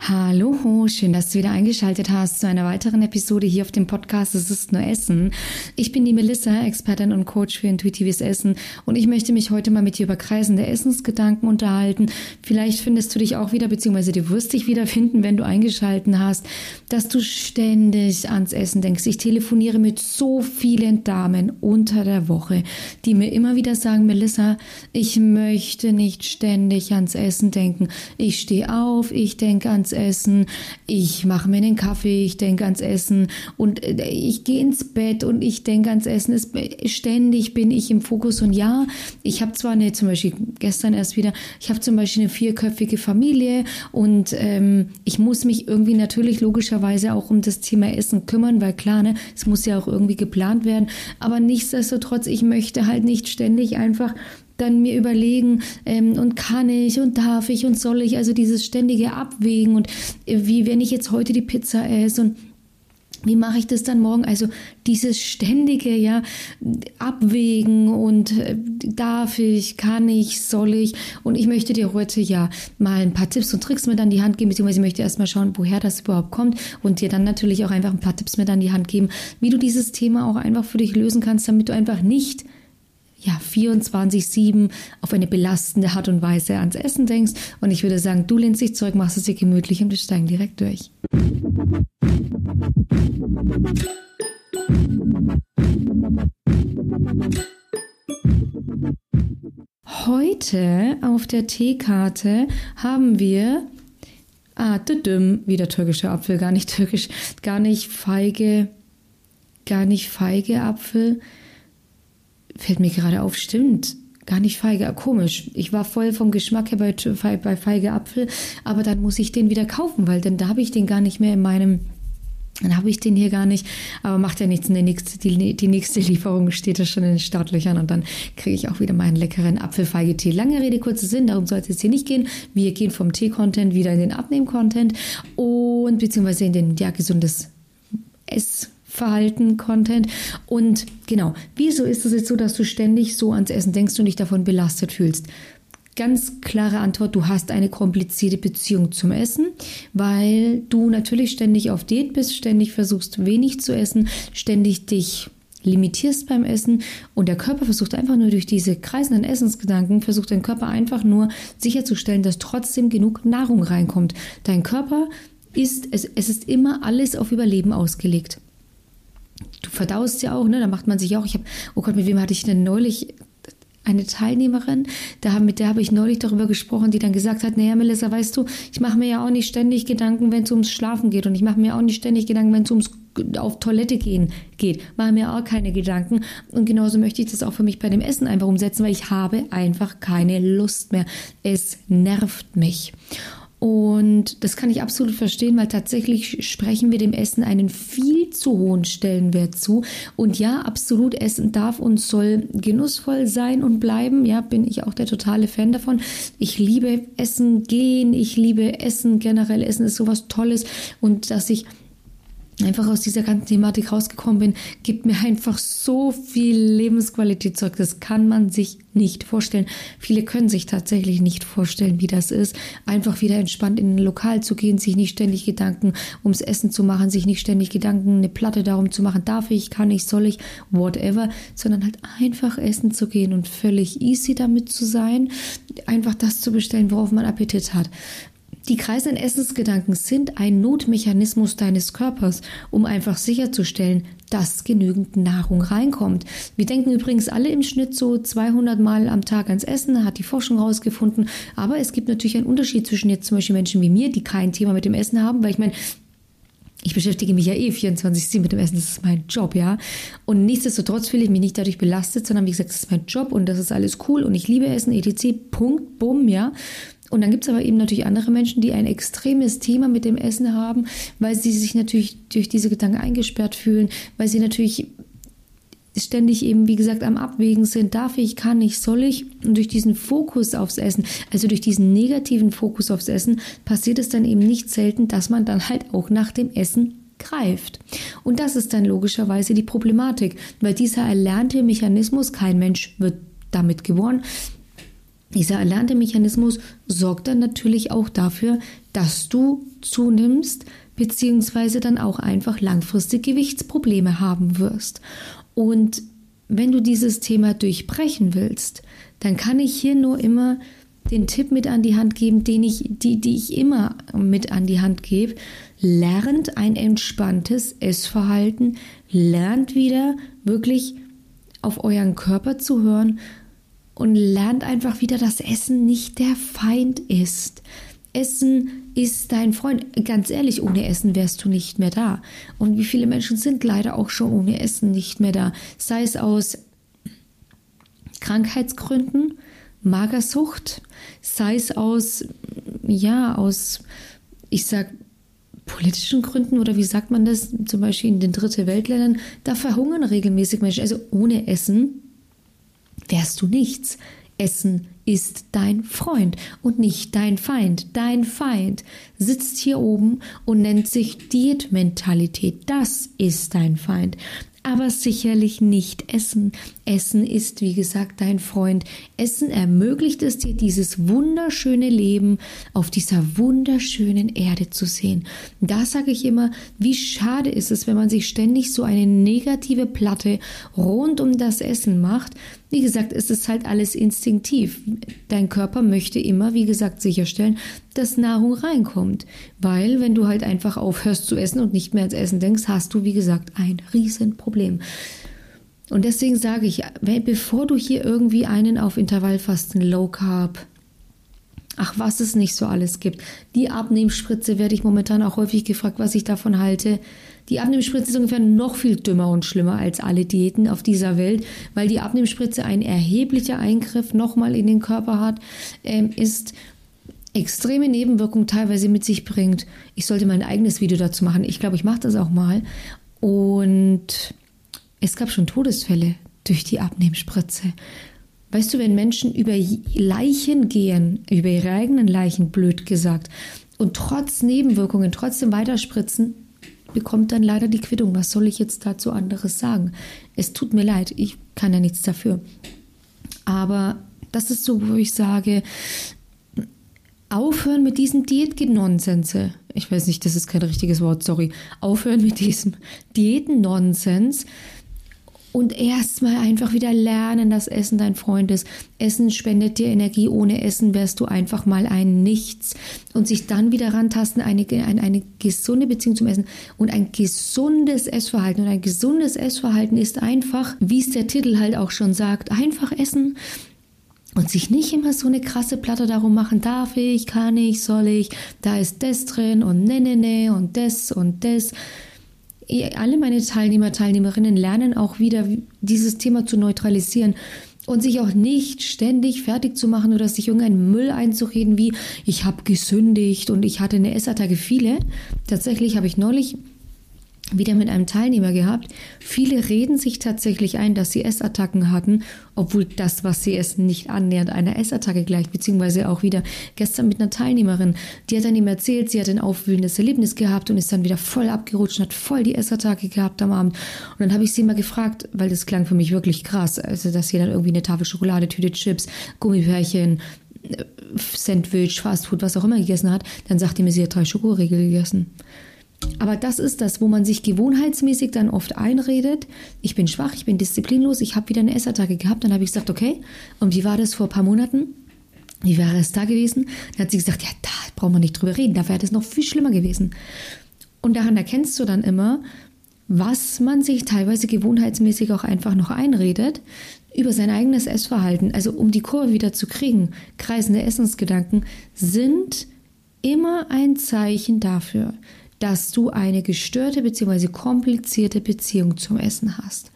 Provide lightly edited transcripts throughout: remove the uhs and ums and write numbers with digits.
Hallo, schön, dass du wieder eingeschaltet hast zu einer weiteren Episode hier auf dem Podcast Es ist nur Essen. Ich bin die Melissa, Expertin und Coach für intuitives Essen und ich möchte mich heute mal mit dir über kreisende Essensgedanken unterhalten. Vielleicht findest du dich auch wieder, beziehungsweise du wirst dich wiederfinden, wenn du eingeschalten hast, dass du ständig ans Essen denkst. Ich telefoniere mit so vielen Damen unter der Woche, die mir immer wieder sagen, Melissa, ich möchte nicht ständig ans Essen denken. Ich stehe auf, ich denke ans Essen, ich mache mir einen Kaffee, ich denke ans Essen und ich gehe ins Bett und ich denke ans Essen. Ständig bin ich im Fokus und ja, ich habe zwar zum Beispiel gestern erst wieder, ich habe zum Beispiel eine 4-köpfige Familie und ich muss mich irgendwie natürlich logischerweise auch um das Thema Essen kümmern, weil klar, ne, es muss ja auch irgendwie geplant werden, aber nichtsdestotrotz, ich möchte halt nicht ständig einfach dann mir überlegen und kann ich und darf ich und soll ich, also dieses ständige Abwägen und wie, wenn ich jetzt heute die Pizza esse und wie mache ich das dann morgen? Also dieses ständige Abwägen und darf ich, kann ich, soll ich? Und ich möchte dir heute mal ein paar Tipps und Tricks mit an die Hand geben, beziehungsweise ich möchte erstmal schauen, woher das überhaupt kommt und dir dann natürlich auch einfach ein paar Tipps mit an die Hand geben, wie du dieses Thema auch einfach für dich lösen kannst, damit du einfach nicht 24/7 auf eine belastende Art und Weise ans Essen denkst. Und ich würde sagen, du lehnst dich zurück, machst es dir gemütlich und wir steigen direkt durch. Heute auf der Teekarte haben wir wieder türkischer Apfel, gar nicht türkisch, gar nicht feige Apfel. Fällt mir gerade auf, stimmt, gar nicht feige, komisch. Ich war voll vom Geschmack her bei feige Apfel, aber dann muss ich den wieder kaufen, weil dann da habe ich den gar nicht mehr dann habe ich den hier gar nicht, aber macht ja nichts, die nächste Lieferung steht ja schon in den Startlöchern und dann kriege ich auch wieder meinen leckeren Apfelfeige-Tee. Lange Rede, kurzer Sinn, darum soll es jetzt hier nicht gehen. Wir gehen vom Tee-Content wieder in den Abnehm-Content und beziehungsweise in den gesundes Essverhalten-Content. Und genau, wieso ist es jetzt so, dass du ständig so ans Essen denkst und dich davon belastet fühlst? Ganz klare Antwort, du hast eine komplizierte Beziehung zum Essen, weil du natürlich ständig auf Diät bist, ständig versuchst wenig zu essen, ständig dich limitierst beim Essen und der Körper versucht einfach nur durch diese kreisenden Essensgedanken, versucht dein Körper einfach nur sicherzustellen, dass trotzdem genug Nahrung reinkommt. Dein Körper es ist immer alles auf Überleben ausgelegt. Du verdaust ja auch, ne? Da macht man sich auch, mit wem hatte ich denn neulich? Eine Teilnehmerin, mit der habe ich neulich darüber gesprochen, die dann gesagt hat, naja, Melissa, weißt du, ich mache mir ja auch nicht ständig Gedanken, wenn es ums Schlafen geht und ich mache mir auch nicht ständig Gedanken, wenn es ums auf Toilette gehen geht. Mache mir auch keine Gedanken und genauso möchte ich das auch für mich bei dem Essen einfach umsetzen, weil ich habe einfach keine Lust mehr. Es nervt mich. Und das kann ich absolut verstehen, weil tatsächlich sprechen wir dem Essen einen viel zu hohen Stellenwert zu. Und ja, absolut, Essen darf und soll genussvoll sein und bleiben. Ja, bin ich auch der totale Fan davon. Ich liebe Essen gehen, ich liebe Essen generell. Essen ist sowas Tolles und dass ich einfach aus dieser ganzen Thematik rausgekommen bin, gibt mir einfach so viel Lebensqualität zurück. Das kann man sich nicht vorstellen. Viele können sich tatsächlich nicht vorstellen, wie das ist. Einfach wieder entspannt in ein Lokal zu gehen, sich nicht ständig Gedanken ums Essen zu machen, sich nicht ständig Gedanken, eine Platte darum zu machen, darf ich, kann ich, soll ich, whatever, sondern halt einfach essen zu gehen und völlig easy damit zu sein, einfach das zu bestellen, worauf man Appetit hat. Die kreisenden Essensgedanken sind ein Notmechanismus deines Körpers, um einfach sicherzustellen, dass genügend Nahrung reinkommt. Wir denken übrigens alle im Schnitt so 200 Mal am Tag ans Essen, hat die Forschung rausgefunden. Aber es gibt natürlich einen Unterschied zwischen jetzt zum Beispiel Menschen wie mir, die kein Thema mit dem Essen haben, weil ich meine, ich beschäftige mich ja 24/7 mit dem Essen, das ist mein Job, ja. Und nichtsdestotrotz fühle ich mich nicht dadurch belastet, sondern wie gesagt, das ist mein Job und das ist alles cool und ich liebe Essen, etc., Punkt, bumm, ja. Und dann gibt es aber eben natürlich andere Menschen, die ein extremes Thema mit dem Essen haben, weil sie sich natürlich durch diese Gedanken eingesperrt fühlen, weil sie natürlich ständig eben, wie gesagt, am Abwägen sind, darf ich, kann ich, soll ich? Und durch diesen Fokus aufs Essen, also durch diesen negativen Fokus aufs Essen, passiert es dann eben nicht selten, dass man dann halt auch nach dem Essen greift. Und das ist dann logischerweise die Problematik, weil dieser erlernte Mechanismus, kein Mensch wird damit geboren, Dieser erlernte Mechanismus sorgt dann natürlich auch dafür, dass du zunimmst, beziehungsweise dann auch einfach langfristig Gewichtsprobleme haben wirst. Und wenn du dieses Thema durchbrechen willst, dann kann ich hier nur immer den Tipp mit an die Hand geben, die ich immer mit an die Hand gebe. Lernt ein entspanntes Essverhalten, lernt wieder wirklich auf euren Körper zu hören und lernt einfach wieder, dass Essen nicht der Feind ist. Essen ist dein Freund. Ganz ehrlich, ohne Essen wärst du nicht mehr da. Und wie viele Menschen sind leider auch schon ohne Essen nicht mehr da? Sei es aus Krankheitsgründen, Magersucht, sei es aus politischen Gründen oder wie sagt man das? Zum Beispiel in den Dritte Weltländern, da verhungern regelmäßig Menschen. Also ohne Essen wärst du nichts. Essen ist dein Freund und nicht dein Feind. Dein Feind sitzt hier oben und nennt sich Diätmentalität. Das ist dein Feind. Aber sicherlich nicht Essen. Essen ist, wie gesagt, dein Freund. Essen ermöglicht es dir, dieses wunderschöne Leben auf dieser wunderschönen Erde zu sehen. Da sage ich immer, wie schade ist es, wenn man sich ständig so eine negative Platte rund um das Essen macht. Wie gesagt, es ist halt alles instinktiv. Dein Körper möchte immer, wie gesagt, sicherstellen, dass Nahrung reinkommt. Weil, wenn du halt einfach aufhörst zu essen und nicht mehr ans Essen denkst, hast du, wie gesagt, ein Riesenproblem. Und deswegen sage ich, bevor du hier irgendwie einen auf Intervallfasten, Low Carb, ach, was es nicht so alles gibt. Die Abnehmspritze werde ich momentan auch häufig gefragt, was ich davon halte. Die Abnehmspritze ist ungefähr noch viel dümmer und schlimmer als alle Diäten auf dieser Welt, weil die Abnehmspritze ein erheblicher Eingriff nochmal in den Körper hat, ist extreme Nebenwirkungen teilweise mit sich bringt. Ich sollte mal ein eigenes Video dazu machen. Ich glaube, ich mache das auch mal. Und es gab schon Todesfälle durch die Abnehmspritze. Weißt du, wenn Menschen über Leichen gehen, über ihre eigenen Leichen, blöd gesagt, und trotz Nebenwirkungen trotzdem weiterspritzen, bekommt dann leider die Quittung. Was soll ich jetzt dazu anderes sagen? Es tut mir leid, ich kann ja nichts dafür. Aber das ist so, wo ich sage, aufhören mit diesem Diätnonsense. Ich weiß nicht, das ist kein richtiges Wort, sorry. Aufhören mit diesem Diätennonsens. Und erstmal einfach wieder lernen, dass Essen dein Freund ist. Essen spendet dir Energie. Ohne Essen wärst du einfach mal ein Nichts. Und sich dann wieder rantasten, eine gesunde Beziehung zum Essen und ein gesundes Essverhalten. Und ein gesundes Essverhalten ist einfach, wie es der Titel halt auch schon sagt, einfach essen. Und sich nicht immer so eine krasse Platte darum machen, darf ich, kann ich, soll ich, da ist das drin und ne und das und das. Alle meine Teilnehmerinnen lernen auch wieder, dieses Thema zu neutralisieren und sich auch nicht ständig fertig zu machen oder sich irgendeinen Müll einzureden wie, ich habe gesündigt und ich hatte eine Essattacke. Viele, tatsächlich habe ich neulich wieder mit einem Teilnehmer gehabt. Viele reden sich tatsächlich ein, dass sie Essattacken hatten, obwohl das, was sie essen, nicht annähernd einer Essattacke gleicht. Beziehungsweise auch wieder gestern mit einer Teilnehmerin, die hat dann ihm erzählt, sie hat ein aufwühlendes Erlebnis gehabt und ist dann wieder voll abgerutscht und hat voll die Essattacke gehabt am Abend. Und dann habe ich sie mal gefragt, weil das klang für mich wirklich krass, also dass sie dann irgendwie eine Tafel Schokolade, Tüte Chips, Gummibärchen, Sandwich, Fastfood, was auch immer gegessen hat. Dann sagte mir, sie hat 3 Schokoriegel gegessen. Aber das ist das, wo man sich gewohnheitsmäßig dann oft einredet, ich bin schwach, ich bin disziplinlos, ich habe wieder eine Essattacke gehabt. Dann habe ich gesagt, okay, und wie war das vor ein paar Monaten? Wie wäre es da gewesen? Dann hat sie gesagt, ja, da brauchen wir nicht drüber reden, da wäre das noch viel schlimmer gewesen. Und daran erkennst du dann immer, was man sich teilweise gewohnheitsmäßig auch einfach noch einredet über sein eigenes Essverhalten. Also um die Kurve wieder zu kriegen, kreisende Essensgedanken sind immer ein Zeichen dafür, dass du eine gestörte bzw. komplizierte Beziehung zum Essen hast.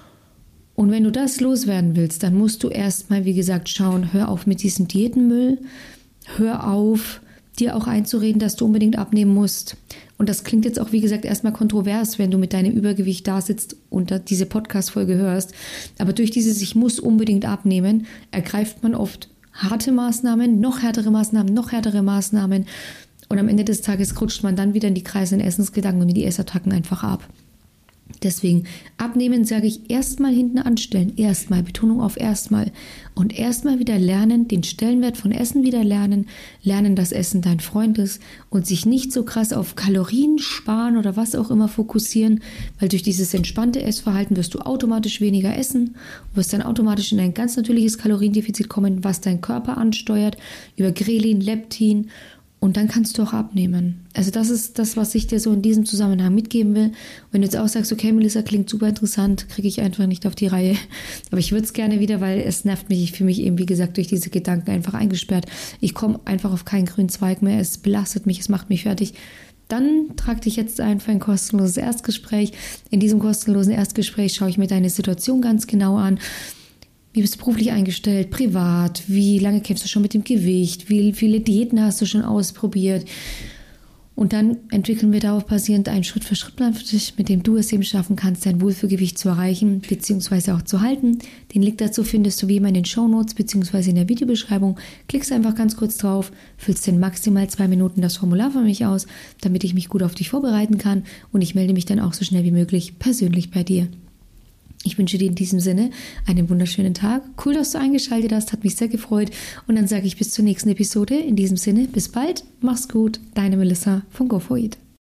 Und wenn du das loswerden willst, dann musst du erstmal, wie gesagt, schauen, hör auf mit diesem Diätenmüll, hör auf, dir auch einzureden, dass du unbedingt abnehmen musst. Und das klingt jetzt auch, wie gesagt, erstmal kontrovers, wenn du mit deinem Übergewicht da sitzt und diese Podcast-Folge hörst. Aber durch dieses Ich muss unbedingt abnehmen, ergreift man oft harte Maßnahmen, noch härtere Maßnahmen. Und am Ende des Tages rutscht man dann wieder in die kreisenden Essensgedanken und in die Essattacken einfach ab. Deswegen abnehmen, sage ich, erstmal hinten anstellen. Erstmal, Betonung auf erstmal. Und erstmal wieder lernen, den Stellenwert von Essen wieder lernen. Lernen, dass Essen dein Freund ist und sich nicht so krass auf Kalorien sparen oder was auch immer fokussieren, weil durch dieses entspannte Essverhalten wirst du automatisch weniger essen und wirst dann automatisch in ein ganz natürliches Kaloriendefizit kommen, was dein Körper ansteuert über Grelin, Leptin. Und dann kannst du auch abnehmen. Also das ist das, was ich dir so in diesem Zusammenhang mitgeben will. Wenn du jetzt auch sagst, okay, Melissa, klingt super interessant, kriege ich einfach nicht auf die Reihe. Aber ich würde es gerne wieder, weil es nervt mich. Ich fühle mich eben, wie gesagt, durch diese Gedanken einfach eingesperrt. Ich komme einfach auf keinen grünen Zweig mehr. Es belastet mich, es macht mich fertig. Dann trag dich jetzt ein für ein kostenloses Erstgespräch. In diesem kostenlosen Erstgespräch schaue ich mir deine Situation ganz genau an. Wie bist du beruflich eingestellt, privat? Wie lange kämpfst du schon mit dem Gewicht? Wie viele Diäten hast du schon ausprobiert? Und dann entwickeln wir darauf basierend einen Schritt-für-Schritt-Plan für dich, mit dem du es eben schaffen kannst, dein Wohlfühlgewicht zu erreichen bzw. auch zu halten. Den Link dazu findest du wie immer in den Shownotes bzw. in der Videobeschreibung. Klickst einfach ganz kurz drauf, füllst in maximal 2 Minuten das Formular für mich aus, damit ich mich gut auf dich vorbereiten kann und ich melde mich dann auch so schnell wie möglich persönlich bei dir. Ich wünsche dir in diesem Sinne einen wunderschönen Tag. Cool, dass du eingeschaltet hast, hat mich sehr gefreut. Und dann sage ich bis zur nächsten Episode. In diesem Sinne, bis bald, mach's gut. Deine Melissa von Go4Eat.